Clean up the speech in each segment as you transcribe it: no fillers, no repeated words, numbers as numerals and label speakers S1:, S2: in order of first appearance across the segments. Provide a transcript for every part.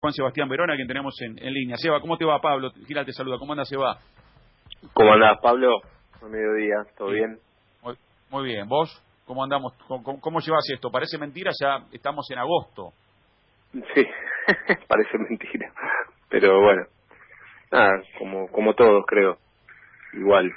S1: Juan Sebastián Verona, quien tenemos en línea. Seba, ¿cómo te va? Pablo Giral te saluda. ¿Cómo anda, Seba?
S2: ¿Cómo andás, Pablo? A mediodía, ¿todo bien?
S1: Muy bien. ¿Vos? ¿Cómo andamos? ¿Cómo llevas esto? Parece mentira, ya estamos en agosto.
S2: Sí, parece mentira. Pero bueno, nada, como todos, creo. Igual.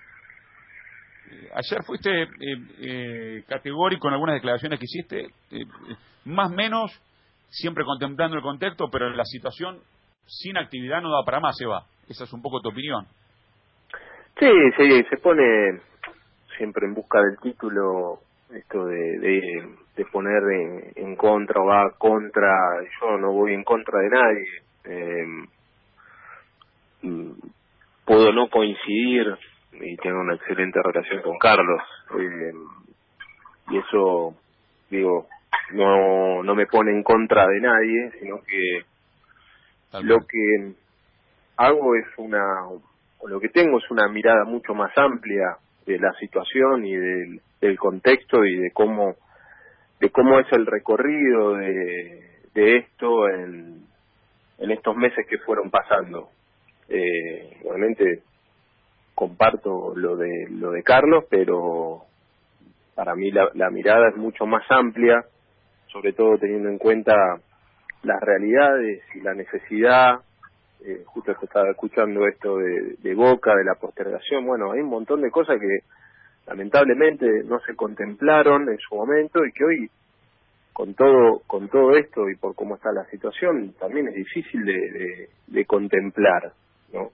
S1: Ayer fuiste categórico en algunas declaraciones que hiciste, más o menos, siempre contemplando el contexto, pero la situación sin actividad no da para más, Seba. Esa es un poco tu opinión.
S2: Sí, se pone siempre en busca del título esto de poner en contra o va contra. Yo no voy en contra de nadie. Puedo no coincidir y tengo una excelente relación con Carlos. Y eso, digo, no me pone en contra de nadie, sino que lo que hago es lo que tengo es una mirada mucho más amplia de la situación y del contexto y de cómo es el recorrido de esto en estos meses que fueron pasando. Obviamente comparto lo de Carlos, pero para mí la mirada es mucho más amplia, sobre todo teniendo en cuenta las realidades y la necesidad. Justo que estaba escuchando esto de Boca, de la postergación. Bueno, hay un montón de cosas que lamentablemente no se contemplaron en su momento y que hoy, con todo esto y por cómo está la situación, también es difícil de contemplar, ¿no?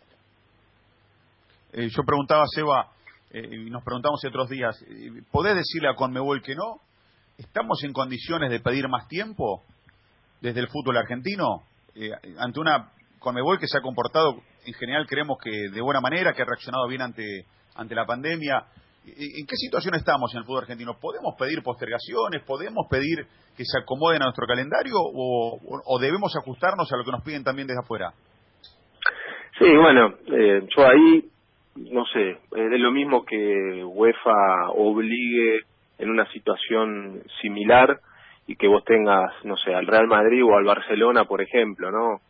S1: Yo preguntaba, Seba, y nos preguntamos otros días, ¿podés decirle a Conmebol que no? ¿Estamos en condiciones de pedir más tiempo desde el fútbol argentino? Ante una Conmebol que se ha comportado, en general creemos que de buena manera, que ha reaccionado bien ante la pandemia. ¿En qué situación estamos en el fútbol argentino? ¿Podemos pedir postergaciones? ¿Podemos pedir que se acomoden a nuestro calendario? ¿O debemos ajustarnos a lo que nos piden también desde afuera?
S2: Sí, bueno, yo ahí, no sé, es lo mismo que UEFA obligue en una situación similar y que vos tengas, no sé, al Real Madrid o al Barcelona, por ejemplo, ¿no?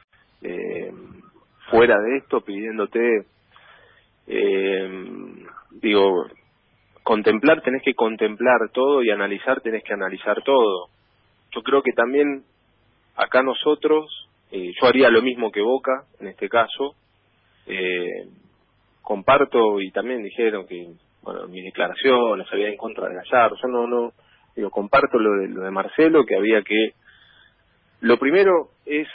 S2: Fuera de esto, pidiéndote, digo, contemplar, tenés que contemplar todo y analizar, tenés que analizar todo. Yo creo que también acá nosotros, yo haría lo mismo que Boca, en este caso, comparto y también dijeron que, bueno, mi declaración no salía en contra de Gallardo, yo no, digo, comparto lo de Marcelo, que había que, lo primero es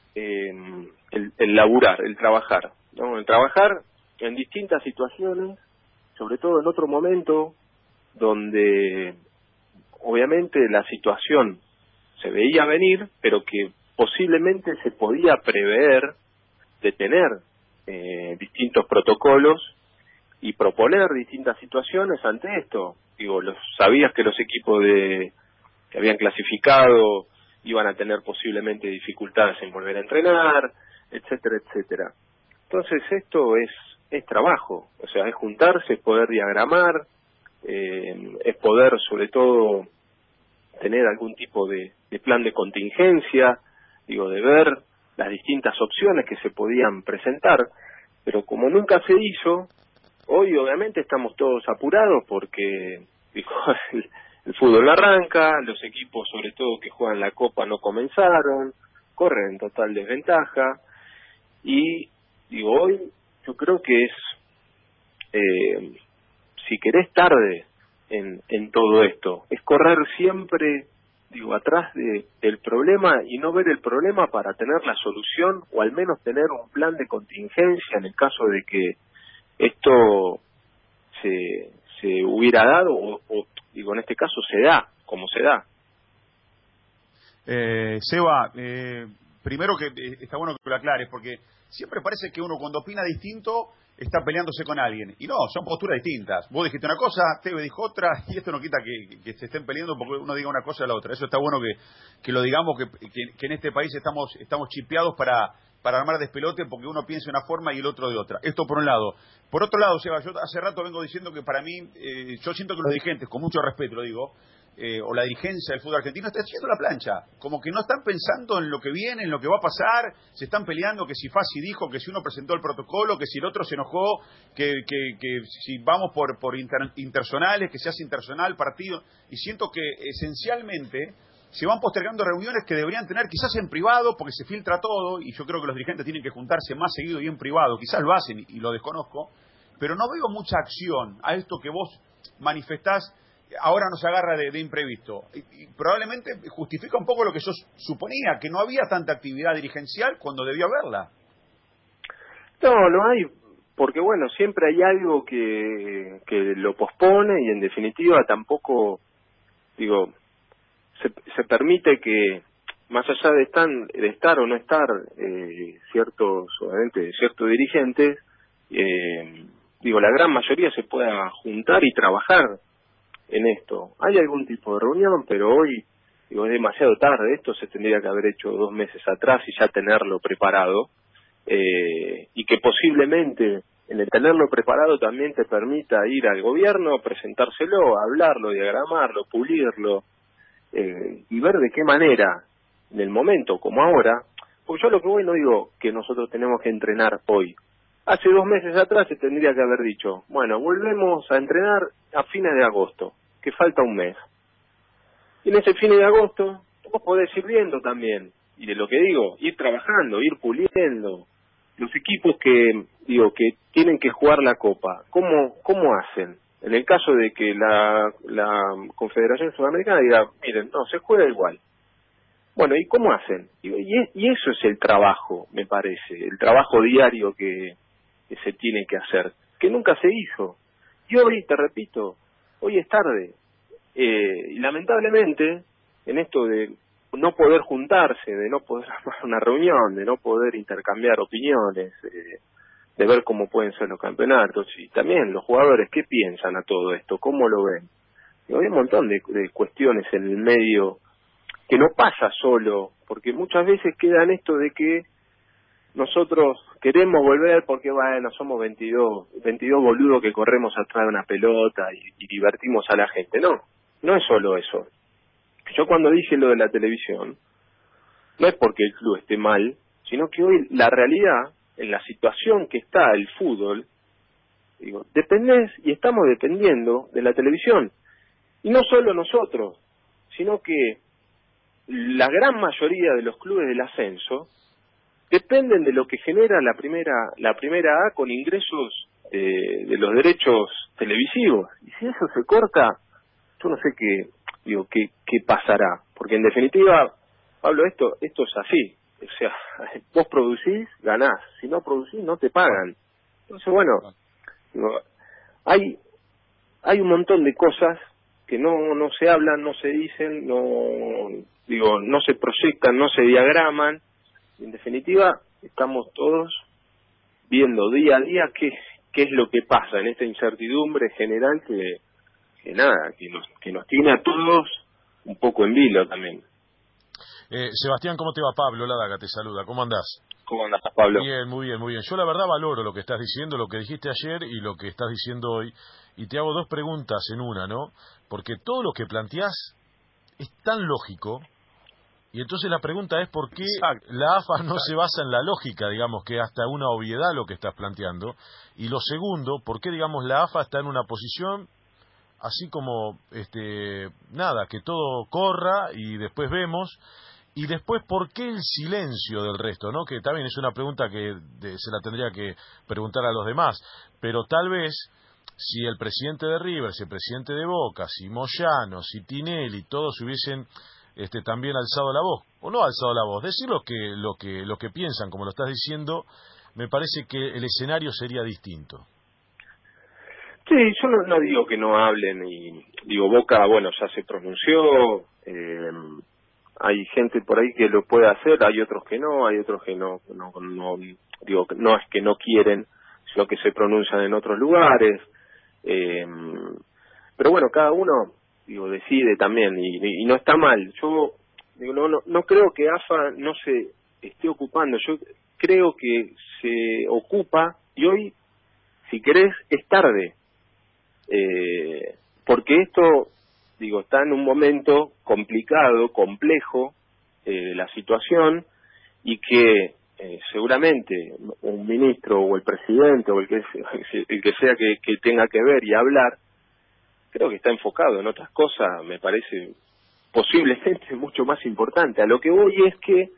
S2: el laburar, el trabajar, ¿no? El trabajar en distintas situaciones, sobre todo en otro momento donde obviamente la situación se veía venir, pero que posiblemente se podía prever de tener distintos protocolos y proponer distintas situaciones ante esto. Digo, sabías que los equipos que habían clasificado iban a tener posiblemente dificultades en volver a entrenar, etcétera, etcétera. Entonces esto es trabajo, o sea, es juntarse, es poder diagramar, es poder sobre todo tener algún tipo de plan de contingencia, digo, de ver las distintas opciones que se podían presentar, pero como nunca se hizo, hoy obviamente estamos todos apurados porque digo, el fútbol no arranca, los equipos sobre todo que juegan la Copa no comenzaron, corren en total desventaja y digo, hoy yo creo que es, si querés, tarde en todo esto, es correr siempre, digo, atrás del problema y no ver el problema para tener la solución o al menos tener un plan de contingencia en el caso de que esto se hubiera dado o digo, en este caso se da, como se da.
S1: Seba, primero que está bueno que lo aclares, porque siempre parece que uno cuando opina distinto está peleándose con alguien. Y no, son posturas distintas. Vos dijiste una cosa, Teve dijo otra, y esto no quita que se estén peleando porque uno diga una cosa a la otra. Eso está bueno que lo digamos, que en este país estamos chipeados para armar despelote porque uno piensa de una forma y el otro de otra. Esto por un lado. Por otro lado, Seba, yo hace rato vengo diciendo que para mí, yo siento que los dirigentes, con mucho respeto lo digo, o la dirigencia del fútbol argentino está haciendo la plancha, como que no están pensando en lo que viene, en lo que va a pasar, se están peleando que si Fassi dijo, que si uno presentó el protocolo, que si el otro se enojó, que si vamos por interzonales, que se hace interzonal partido, y siento que esencialmente se van postergando reuniones que deberían tener quizás en privado, porque se filtra todo, y yo creo que los dirigentes tienen que juntarse más seguido y en privado, quizás lo hacen y lo desconozco, pero no veo mucha acción a esto que vos manifestás. Ahora nos agarra de imprevisto. Y probablemente justifica un poco lo que yo suponía, que no había tanta actividad dirigencial cuando debió haberla.
S2: No hay, porque bueno, siempre hay algo que lo pospone y en definitiva tampoco, digo, se permite que, más allá de estar o no estar ciertos dirigentes, digo, la gran mayoría se pueda juntar y trabajar en esto. Hay algún tipo de reunión, pero hoy, digo, es demasiado tarde. Esto se tendría que haber hecho 2 meses atrás y ya tenerlo preparado, y que posiblemente en el tenerlo preparado también te permita ir al gobierno, presentárselo, hablarlo, diagramarlo, pulirlo, y ver de qué manera, en el momento como ahora, porque yo lo que voy no digo que nosotros tenemos que entrenar hoy. Hace 2 meses atrás se tendría que haber dicho, bueno, volvemos a entrenar a fines de agosto, que falta un mes. Y en ese fines de agosto, vos podés ir viendo también, y de lo que digo, ir trabajando, ir puliendo. Los equipos que tienen que jugar la Copa, ¿cómo hacen? En el caso de que la Confederación Sudamericana diga, miren, no, se juega igual. Bueno, ¿y cómo hacen? Y eso es el trabajo, me parece, el trabajo diario que se tiene que hacer, que nunca se hizo. Y hoy, te repito, hoy es tarde. Y lamentablemente, en esto de no poder juntarse, de no poder armar una reunión, de no poder intercambiar opiniones, de ver cómo pueden ser los campeonatos, y también los jugadores, ¿qué piensan a todo esto? ¿Cómo lo ven? Y hay un montón de cuestiones en el medio que no pasa solo, porque muchas veces queda en esto de que nosotros queremos volver porque, bueno, somos 22 boludos que corremos atrás de una pelota y divertimos a la gente. No es solo eso. Yo cuando dije lo de la televisión, no es porque el club esté mal, sino que hoy la realidad, en la situación que está el fútbol, digo, dependés y estamos dependiendo de la televisión. Y no solo nosotros, sino que la gran mayoría de los clubes del ascenso dependen de lo que genera la primera A con ingresos de los derechos televisivos. Y si eso se corta, yo no sé qué pasará. Porque en definitiva, Pablo, esto es así. O sea, vos producís, ganás. Si no producís, no te pagan. Entonces, bueno, digo, hay un montón de cosas que no se hablan, no se dicen, no se proyectan, no se diagraman. En definitiva, estamos todos viendo día a día qué es lo que pasa en esta incertidumbre general que nos tiene a todos un poco en vilo también.
S3: Sebastián, ¿cómo te va? Pablo Ladaga te saluda, ¿cómo andás?
S2: ¿Cómo andás, Pablo?
S3: Bien, muy bien, muy bien. Yo la verdad valoro lo que estás diciendo, lo que dijiste ayer y lo que estás diciendo hoy, y te hago 2 preguntas en una, ¿no? Porque todo lo que planteás es tan lógico. Y entonces la pregunta es por qué la AFA no se basa en la lógica, digamos, que hasta una obviedad lo que estás planteando. Y lo segundo, por qué, digamos, la AFA está en una posición así como, que todo corra y después vemos. Y después, ¿por qué el silencio del resto? ¿No? Que también es una pregunta que se la tendría que preguntar a los demás. Pero tal vez, si el presidente de River, si el presidente de Boca, si Moyano, si Tinelli, todos hubiesen también alzado la voz, o no alzado la voz, decir lo que piensan, como lo estás diciendo, me parece que el escenario sería distinto.
S2: Sí, yo no digo que no hablen, y digo, Boca, bueno, ya se pronunció, hay gente por ahí que lo puede hacer, hay otros que no, hay otros que no digo, no es que no quieren, sino que se pronuncian en otros lugares, pero bueno, cada uno, digo, decide también, y no está mal. Yo digo, no creo que AFA no se esté ocupando, yo creo que se ocupa, y hoy, si querés, es tarde, porque esto está en un momento complicado, complejo, la situación, y que seguramente un ministro o el presidente o el que sea que tenga que ver y hablar, creo que está enfocado en otras cosas, me parece posiblemente mucho más importante. A lo que voy es que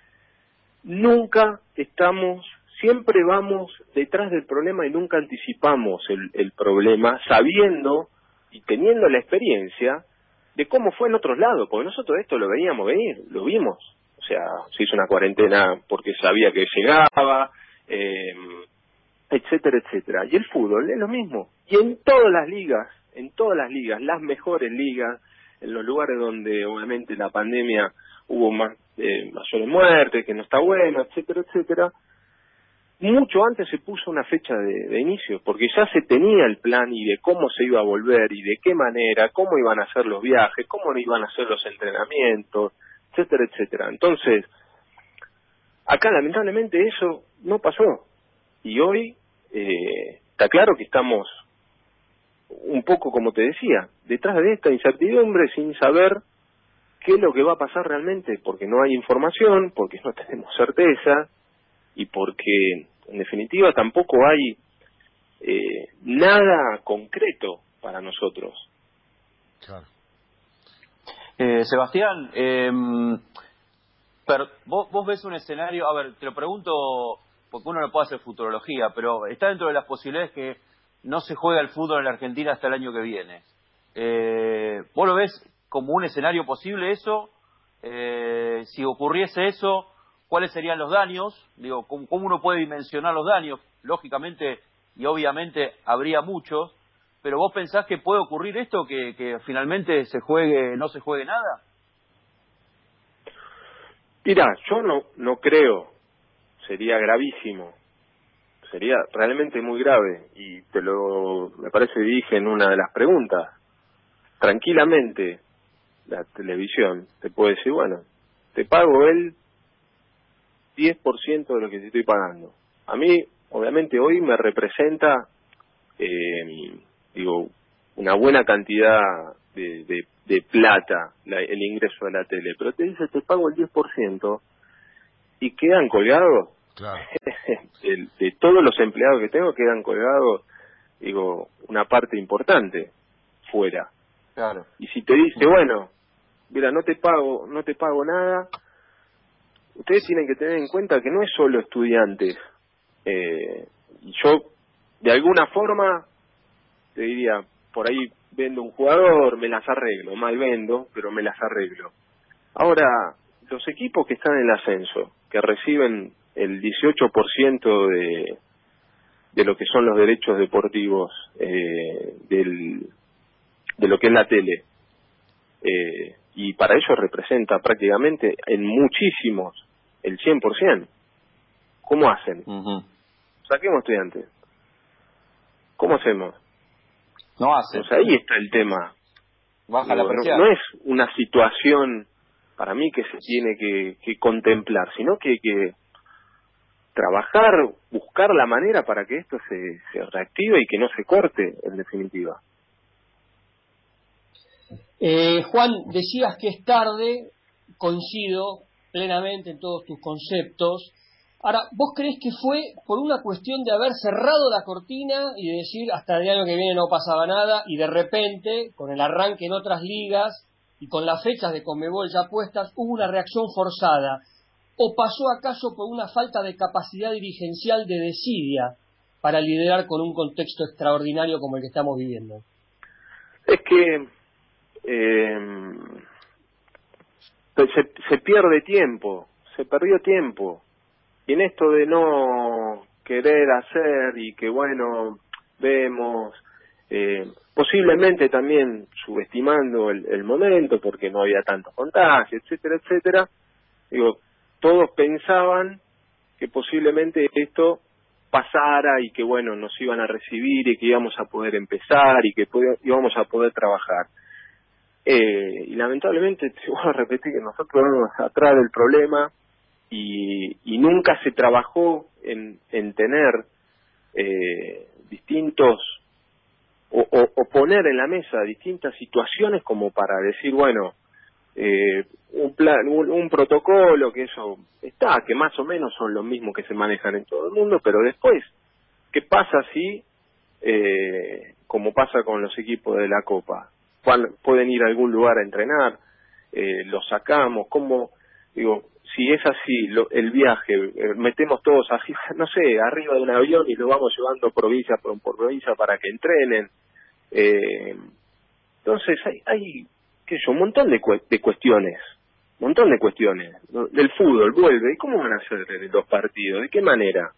S2: siempre vamos detrás del problema y nunca anticipamos el problema, sabiendo y teniendo la experiencia de cómo fue en otros lados, porque nosotros esto lo veíamos venir, lo vimos. O sea, se hizo una cuarentena porque sabía que llegaba, etcétera, etcétera. Y el fútbol es lo mismo. Y en todas las ligas, las mejores ligas, en los lugares donde obviamente la pandemia hubo mayores muertes, que no está bueno, etcétera, etcétera, mucho antes se puso una fecha de inicio, porque ya se tenía el plan y de cómo se iba a volver y de qué manera, cómo iban a ser los viajes, cómo iban a ser los entrenamientos, etcétera, etcétera. Entonces, acá lamentablemente eso no pasó. Y hoy está claro que estamos un poco, como te decía, detrás de esta incertidumbre sin saber qué es lo que va a pasar realmente, porque no hay información, porque no tenemos certeza y porque, en definitiva, tampoco hay nada concreto para nosotros.
S3: Claro.
S4: Sebastián, pero vos ves un escenario, a ver, te lo pregunto porque uno no puede hacer futurología, pero está dentro de las posibilidades que no se juega el fútbol en la Argentina hasta el año que viene. ¿Vos lo ves como un escenario posible eso? Si ocurriese eso, ¿cuáles serían los daños? Digo, ¿cómo uno puede dimensionar los daños? Lógicamente y obviamente habría muchos, pero ¿vos pensás que puede ocurrir esto, que finalmente no se juegue nada?
S2: Mirá, yo no creo, sería gravísimo, sería realmente muy grave, y me parece dije en una de las preguntas, tranquilamente la televisión te puede decir, bueno, te pago el 10% de lo que te estoy pagando. A mí, obviamente, hoy me representa, una buena cantidad de plata el ingreso de la tele, pero te dice, te pago el 10%, y quedan colgados,
S3: Claro.
S2: de todos los empleados que tengo, quedan colgados, una parte importante fuera.
S4: Claro.
S2: Y si te dice, bueno, mira, no te pago nada, ustedes tienen que tener en cuenta que no es solo estudiantes. Yo, de alguna forma, te diría, por ahí vendo un jugador, me las arreglo, mal vendo, pero me las arreglo. Ahora, los equipos que están en el ascenso, que reciben el 18% de lo que son los derechos deportivos de lo que es la tele, y para ellos representa prácticamente en muchísimos el 100%. ¿Cómo hacen?
S4: Uh-huh.
S2: Saquemos estudiantes. ¿Cómo hacemos?
S4: No hacen.
S2: O sea, ahí está el tema.
S4: Baja la presión.
S2: No es una situación para mí que se tiene que contemplar, sino que hay que trabajar, buscar la manera para que esto se reactive y que no se corte, en definitiva.
S5: Juan, decías que es tarde, coincido plenamente en todos tus conceptos. Ahora, ¿vos creés que fue por una cuestión de haber cerrado la cortina y de decir hasta el año que viene no pasaba nada, y de repente, con el arranque en otras ligas y con las fechas de Conmebol ya puestas, hubo una reacción forzada? ¿O pasó acaso por una falta de capacidad dirigencial de desidia para liderar con un contexto extraordinario como el que estamos viviendo?
S2: Es que se pierde tiempo, se perdió tiempo. Y en esto de no querer hacer y que, bueno, vemos, posiblemente también subestimando el momento porque no había tanto contagio, etcétera, etcétera, todos pensaban que posiblemente esto pasara y que, bueno, nos iban a recibir y que íbamos a poder empezar y que íbamos a poder trabajar. Y lamentablemente, te voy a repetir que nosotros vamos atrás del problema y nunca se trabajó en tener distintos o poner en la mesa distintas situaciones como para decir, bueno, un protocolo, que eso está, que más o menos son los mismos que se manejan en todo el mundo, pero después, ¿qué pasa si, como pasa con los equipos de la Copa, pueden ir a algún lugar a entrenar, los sacamos, cómo, digo, si es así, el viaje, metemos todos así, no sé, arriba de un avión y lo vamos llevando provincia por provincia para que entrenen. Entonces hay qué sé yo, un montón de cuestiones, ¿no? Del fútbol vuelve, ¿y cómo van a hacer los partidos? ¿De qué manera?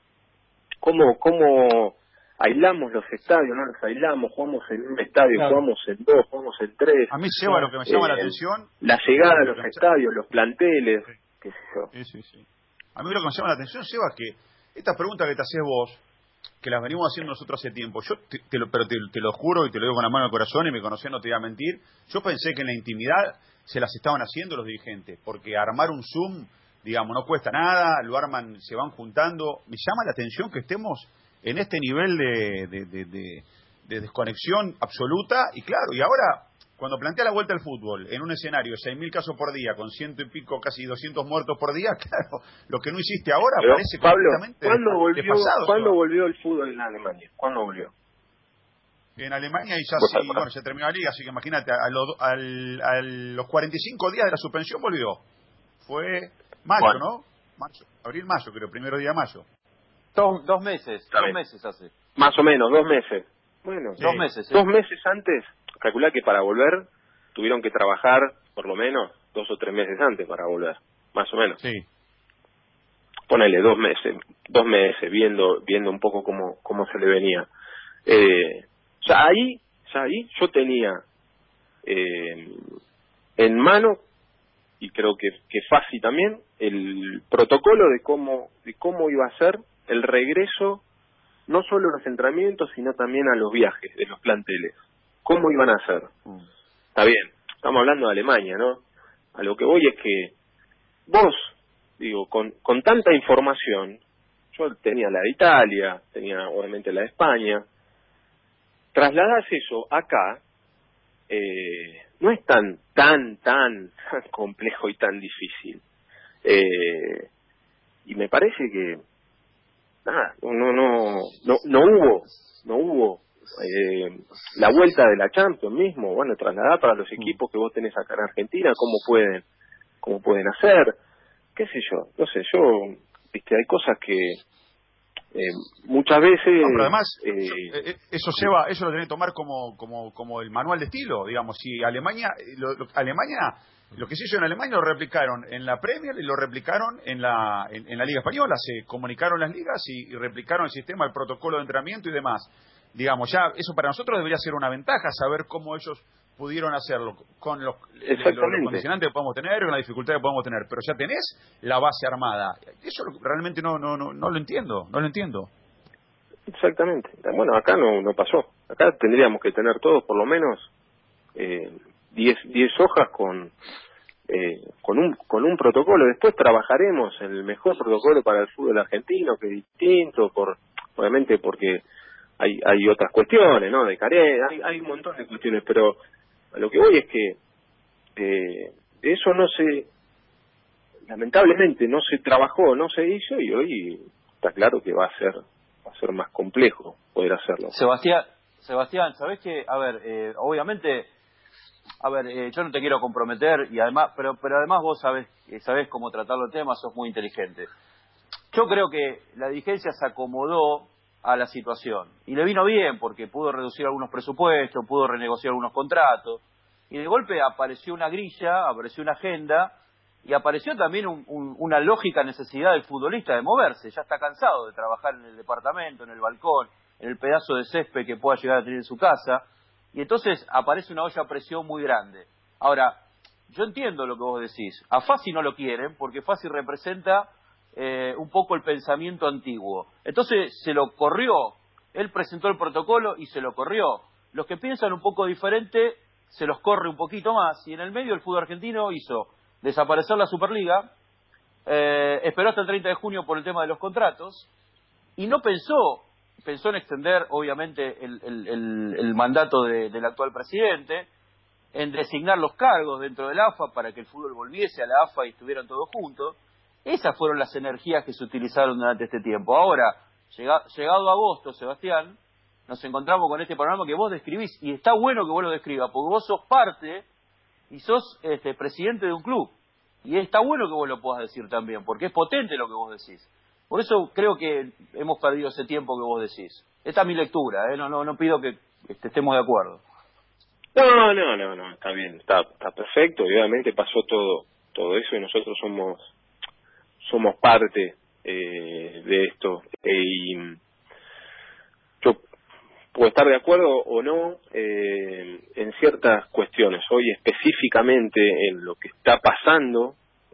S2: ¿Cómo aislamos los estadios? ¿No los aislamos? ¿Jugamos en un estadio?
S5: Claro.
S2: ¿Jugamos en dos? ¿Jugamos en tres?
S1: A mí, Seba, lo que me llama la atención...
S2: La llegada a los estadios, los planteles, qué sé yo.
S1: Sí. A mí lo que me llama la atención, Seba, es que estas preguntas que te haces vos, que las venimos haciendo nosotros hace tiempo, yo te lo juro y te lo digo con la mano al corazón y me conocés, no te voy a mentir, yo pensé que en la intimidad se las estaban haciendo los dirigentes, porque armar un Zoom, digamos, no cuesta nada, lo arman, se van juntando. Me llama la atención que estemos en este nivel de desconexión absoluta, y claro, y ahora, cuando plantea la vuelta al fútbol, en un escenario de 6.000 casos por día, con 100 y pico, casi 200 muertos por día, claro, lo que no hiciste ahora
S2: Pero,
S1: parece
S2: Pablo,
S1: completamente desfasado.
S2: ¿cuándo volvió el fútbol en Alemania? ¿Cuándo volvió?
S1: En Alemania y ya terminó la liga, así que imagínate, a los 45 días de la suspensión volvió. Fue mayo, ¿no? Abril-mayo, creo, primero día de mayo.
S4: Dos meses hace.
S2: Más o menos, 2 meses. Bueno,
S4: sí. 2 meses.
S2: 2 meses antes, calculá que para volver tuvieron que trabajar por lo menos 2 o 3 meses antes para volver, más o menos.
S1: Sí.
S2: Ponele 2 meses, viendo un poco cómo se le venía. Ya ahí yo tenía en mano, y creo que fácil también, el protocolo de cómo iba a ser el regreso, no solo a los entrenamientos, sino también a los viajes de los planteles. ¿Cómo iban a ser? Está bien, estamos hablando de Alemania, ¿no? A lo que voy es que vos, digo, con tanta información, yo tenía la de Italia, tenía obviamente la de España, trasladás eso acá, no es tan complejo y tan difícil. Y me parece que nada, no hubo la vuelta de la Champions mismo, bueno, trasladar para los equipos que vos tenés acá en Argentina, cómo pueden hacer, qué sé yo, no sé, hay cosas que muchas veces...
S1: No, pero además, eso lo tenés que tomar como el manual de estilo, digamos. Si Alemania, lo que se hizo en Alemania lo replicaron en la Premier y lo replicaron en la Liga Española. Se comunicaron las ligas y replicaron el sistema, el protocolo de entrenamiento y demás. Digamos, ya eso para nosotros debería ser una ventaja, saber cómo ellos pudieron hacerlo con los condicionantes que podemos tener, con la dificultad que podemos tener, pero ya tenés la base armada. Eso realmente no lo entiendo.
S2: Exactamente. Bueno, acá no pasó. Acá tendríamos que tener todos por lo menos 10 hojas con un protocolo. Después trabajaremos en el mejor protocolo para el fútbol argentino, que es distinto, obviamente porque hay otras cuestiones, ¿no? De carencia, hay un montón de cuestiones, pero a lo que voy es que eso lamentablemente no se trabajó, no se hizo, y hoy está claro que va a ser más complejo poder hacerlo.
S4: Sebastián, ¿sabés qué? A ver, obviamente, yo no te quiero comprometer, y además, pero además vos sabés cómo tratar los temas, sos muy inteligente. Yo creo que la dirigencia se acomodó a la situación y le vino bien porque pudo reducir algunos presupuestos, pudo renegociar algunos contratos, y de golpe apareció una grilla, apareció una agenda, y apareció también una lógica necesidad del futbolista de moverse. Ya está cansado de trabajar en el departamento, en el balcón, en el pedazo de césped que pueda llegar a tener en su casa, y entonces aparece una olla a presión muy grande. Ahora, yo entiendo lo que vos decís. A Fassi no lo quieren porque Fassi representa un poco el pensamiento antiguo. Entonces se lo corrió. Él presentó el protocolo y se lo corrió. Los que piensan un poco diferente se los corre un poquito más, y en el medio el fútbol argentino hizo desaparecer la Superliga, esperó hasta el 30 de junio por el tema de los contratos, y no pensó pensó en extender, obviamente, el mandato del actual presidente, en designar los cargos dentro del AFA para que el fútbol volviese a la AFA y estuvieran todos juntos. Esas fueron las energías que se utilizaron durante este tiempo. Ahora, llegado agosto, Sebastián, nos encontramos con este panorama que vos describís, y está bueno que vos lo describas, porque vos sos parte y sos presidente de un club, y está bueno que vos lo puedas decir también, porque es potente lo que vos decís. Por eso creo que hemos perdido ese tiempo que vos decís. Esta es mi lectura, no pido que estemos de acuerdo.
S2: No, está bien, está perfecto, y obviamente pasó todo eso, y nosotros somos parte de esto, y yo puedo estar de acuerdo o no en ciertas cuestiones. Hoy específicamente en lo que está pasando,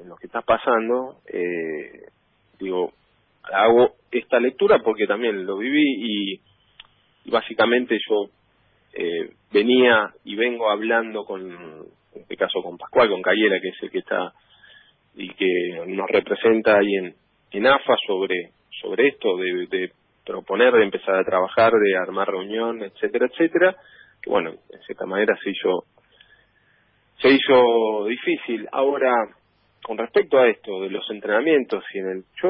S2: digo, hago esta lectura porque también lo viví, y básicamente yo venía y vengo hablando en este caso con Pascual, con Cayera, que es el que está y que nos representa ahí en AFA sobre esto de proponer, de empezar a trabajar, de armar reunión, etcétera, que bueno, de cierta manera se hizo difícil. Ahora, con respecto a esto de los entrenamientos y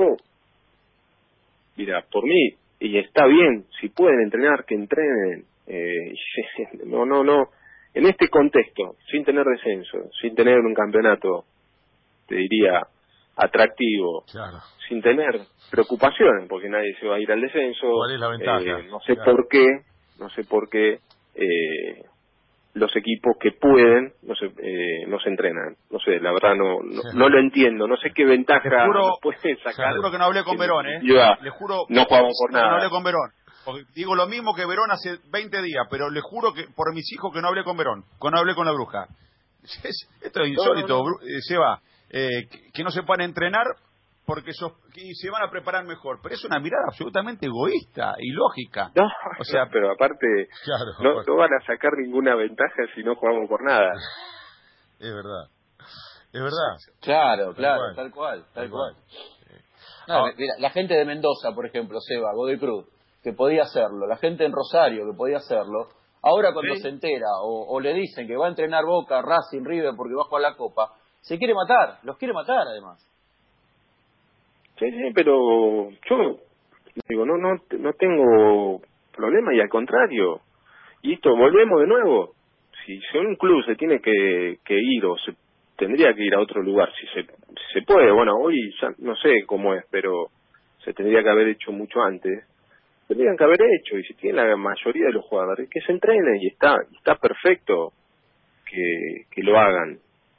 S2: mira, por mí, y está bien, si pueden entrenar, que entrenen, no, en este contexto, sin tener descenso, sin tener un campeonato, te diría, atractivo,
S3: claro,
S2: sin tener preocupaciones, porque nadie se va a ir al descenso.
S3: ¿Cuál es la ventaja?
S2: No sé por qué los equipos que pueden no se entrenan. No sé, la verdad no lo entiendo. No sé qué ventaja pueden sacar.
S1: Le juro que no hablé con Verón, Le juro
S2: no jugamos por nada.
S1: No hablé con Verón. Porque digo lo mismo que Verón hace 20 días, pero le juro que por mis hijos que no hablé con Verón, que no hablé con la bruja. Esto es insólito, Seba. Que no se puedan entrenar porque se van a preparar mejor, pero es una mirada absolutamente egoísta y lógica.
S2: O sea, pero aparte
S3: claro,
S2: no van a sacar ninguna ventaja si no jugamos por nada.
S3: Es verdad.
S4: Claro, tal cual. Mira, la gente de Mendoza, por ejemplo, Seba, Godoy Cruz, que podía hacerlo, la gente en Rosario, que podía hacerlo, ahora cuando se entera o le dicen que va a entrenar Boca, Racing, River porque va a jugar la Copa, se quiere matar, los quiere matar además.
S2: Sí, pero yo digo, no tengo problema, y al contrario, y esto, volvemos de nuevo, si un club se tiene que ir o se tendría que ir a otro lugar, si se puede, bueno, hoy ya no sé cómo es, pero se tendría que haber hecho mucho antes, tendrían que haber hecho, y si tienen la mayoría de los jugadores, que se entrenen, y está perfecto que lo hagan.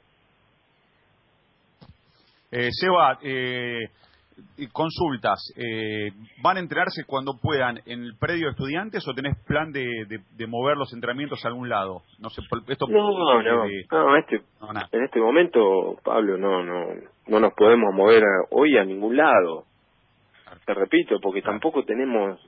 S1: Seba, consultas, ¿van a entrenarse cuando puedan en el predio de estudiantes o tenés plan de mover los entrenamientos a algún lado? No sé, esto
S2: en este momento, Pablo, no nos podemos mover hoy a ningún lado. Te repito, porque tampoco tenemos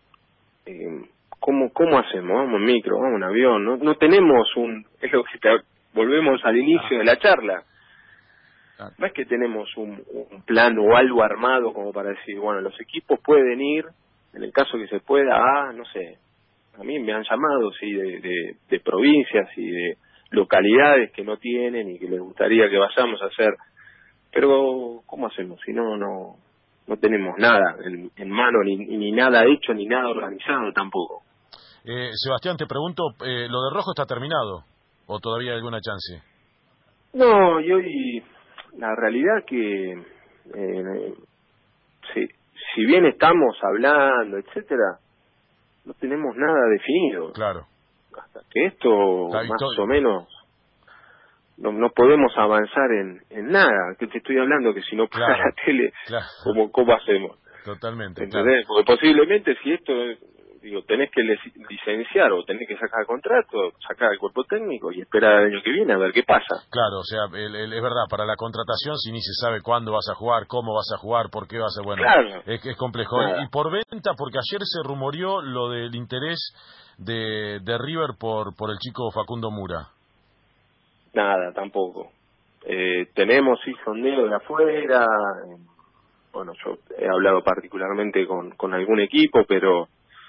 S2: ¿cómo hacemos? Vamos en micro, vamos en avión, no tenemos es lo que volvemos al inicio de la charla. No es que tenemos un plan o algo armado como para decir, bueno, los equipos pueden ir, en el caso que se pueda, no sé, a mí me han llamado, sí, de provincias y de localidades que no tienen y que les gustaría que vayamos a hacer, pero ¿cómo hacemos? Si no tenemos nada en mano, ni nada hecho, ni nada organizado tampoco.
S3: Sebastián, te pregunto, ¿lo de Rojo está terminado o todavía hay alguna chance?
S2: No, y hoy la realidad que si bien estamos hablando, etcétera, no tenemos nada definido.
S3: Claro.
S2: Hasta que esto más o menos no podemos avanzar en nada. Que te estoy hablando que si no para la tele, ¿cómo hacemos?
S3: Totalmente.
S2: ¿Entendés?
S3: Claro.
S2: Porque posiblemente si esto, tenés que licenciar o tenés que sacar contrato, sacar el cuerpo técnico y esperar el año que viene a ver qué pasa.
S3: Claro, o sea, es verdad, para la contratación si ni se sabe cuándo vas a jugar, cómo vas a jugar, por qué vas a... Bueno,
S2: claro.
S3: Es complejo. Claro. Y por venta, porque ayer se rumoreó lo del interés de River por el chico Facundo Mura.
S2: Nada, tampoco. Tenemos sondeos de afuera. Bueno, yo he hablado particularmente con algún equipo, pero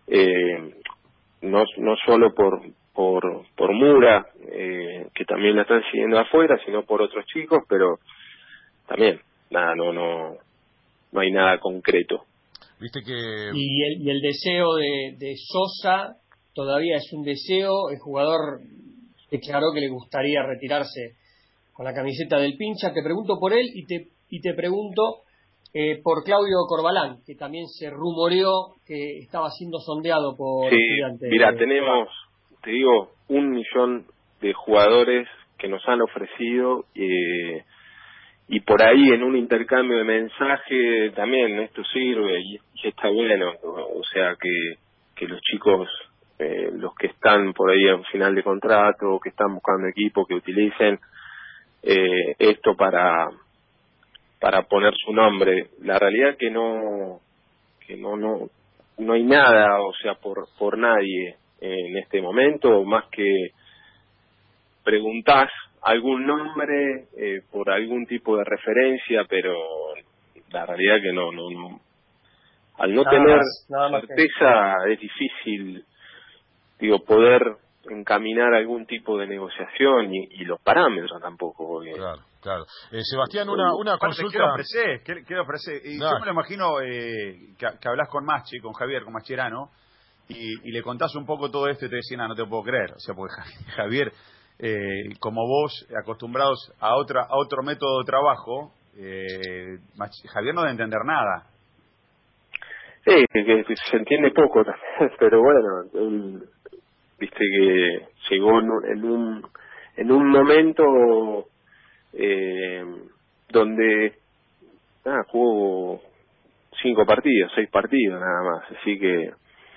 S2: no solo por Mura, que también la están siguiendo afuera, sino por otros chicos, pero también nada, no hay nada concreto.
S3: Viste que
S5: y el deseo de Sosa todavía es un deseo. El jugador declaró que le gustaría retirarse con la camiseta del Pincha. Te pregunto por él y te pregunto por Claudio Corbalán, que también se rumoreó que estaba siendo sondeado por Estudiantes.
S2: Mira, tenemos, te digo, 1 millón de jugadores que nos han ofrecido, y por ahí en un intercambio de mensaje también esto sirve y está bueno, o sea que los chicos, los que están por ahí al final de contrato, que están buscando equipo, que utilicen esto para poner su nombre. La realidad que no hay nada, o sea, por nadie en este momento, más que preguntás algún nombre por algún tipo de referencia, pero la realidad que no al no tener certeza es difícil, poder encaminar algún tipo de negociación y los parámetros tampoco, porque...
S3: Claro. Sebastián, una consulta.
S1: ¿Qué le ofrece? Y yo me lo imagino que hablas con Maschi, con Javier, con Mascherano, y le contás un poco todo esto y te decían, no te puedo creer. O sea, porque Javier, como vos, acostumbrados a otro método de trabajo, Javier no debe entender nada.
S2: Sí, que se entiende poco también, pero bueno, él, viste que llegó en un momento donde jugó 5 partidos, 6 partidos nada más, así que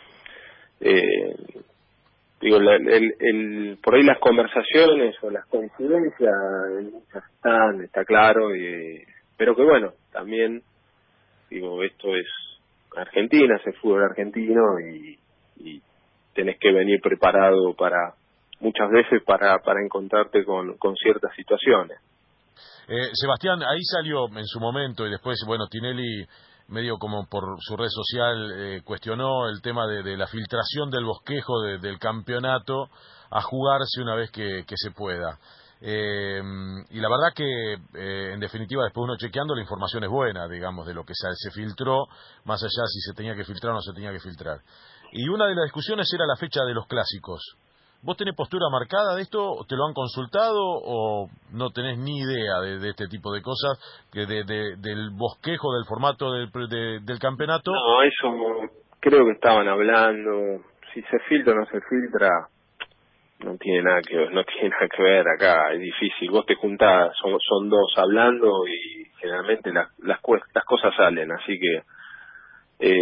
S2: por ahí las conversaciones o las coincidencias está claro, pero que bueno, también esto es Argentina, es el fútbol argentino y tenés que venir preparado muchas veces para encontrarte con ciertas situaciones.
S3: Sebastián, ahí salió en su momento y después, Tinelli medio como por su red social cuestionó el tema de la filtración del bosquejo del campeonato a jugarse una vez que se pueda. Y la verdad que en definitiva después uno chequeando la información es buena, digamos, de lo que se filtró, más allá si se tenía que filtrar o no se tenía que filtrar. Y una de las discusiones era la fecha de los clásicos. ¿Vos tenés postura marcada de esto? ¿Te lo han consultado o no tenés ni idea de este tipo de cosas, del bosquejo del formato del campeonato?
S2: No, eso creo que estaban hablando. Si se filtra o no se filtra, no tiene nada que ver acá. Es difícil. Vos te juntás, son dos hablando y generalmente las cosas salen. Así que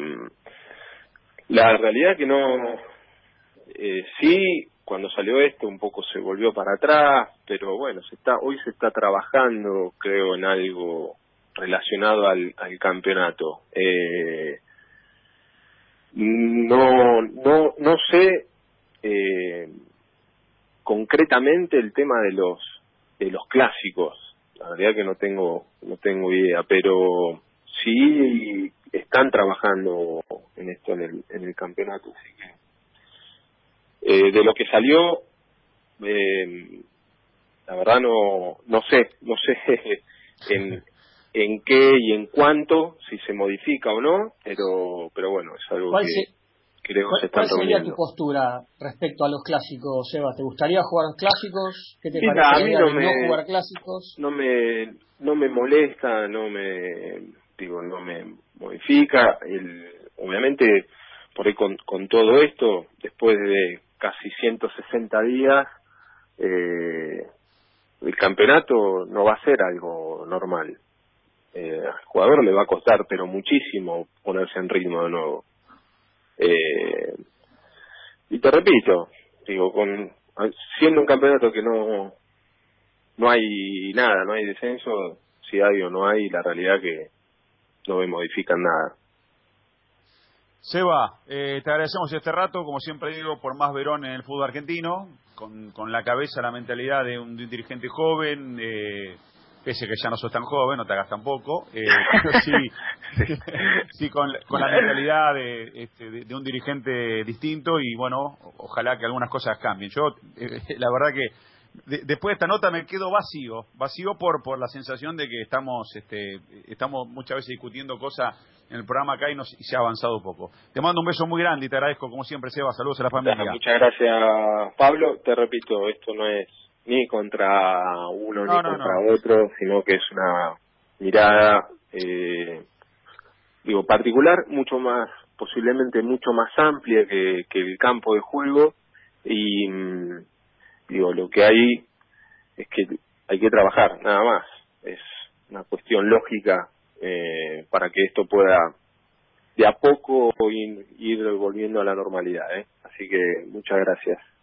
S2: la realidad que no... sí, cuando salió esto un poco se volvió para atrás, pero bueno, hoy se está trabajando, creo, en algo relacionado al campeonato. No sé concretamente el tema de los clásicos. La verdad que no tengo idea, pero sí están trabajando en esto en el campeonato, así que de lo que salió, la verdad no sé en qué y en cuánto, si se modifica o no, pero bueno, es algo que creo que se está reuniendo.
S5: ¿Cuál sería tu postura respecto a los clásicos, Seba? ¿Te gustaría jugar los clásicos? ¿Qué te
S2: Mira,
S5: parece
S2: a mí
S5: no jugar clásicos?
S2: No me molesta, no me modifica. Obviamente, por ahí con todo esto, después de casi 160 días, el campeonato no va a ser algo normal. Al jugador le va a costar, pero muchísimo, ponerse en ritmo de nuevo. Y te repito, siendo un campeonato que no hay nada, no hay descenso, si hay o no hay, la realidad que no me modifican nada.
S1: Seba, te agradecemos este rato, como siempre digo, por más Verón en el fútbol argentino, con la cabeza, la mentalidad de un dirigente joven, pese que ya no sos tan joven, no te hagas tampoco, pero Sí, con la mentalidad de un dirigente distinto y bueno, ojalá que algunas cosas cambien. Yo, la verdad que después de esta nota me quedo vacío por la sensación de que estamos muchas veces discutiendo cosas en el programa acá y se ha avanzado poco. Te mando un beso muy grande y te agradezco como siempre, Seba. Saludos a la familia.
S2: Muchas gracias, Pablo. Te repito, esto no es ni contra uno ni contra otro, sino que es una mirada particular, mucho más, posiblemente mucho más amplia que el campo de juego, y lo que hay es que hay que trabajar, nada más. Es una cuestión lógica para que esto pueda de a poco ir volviendo a la normalidad, Así que muchas gracias.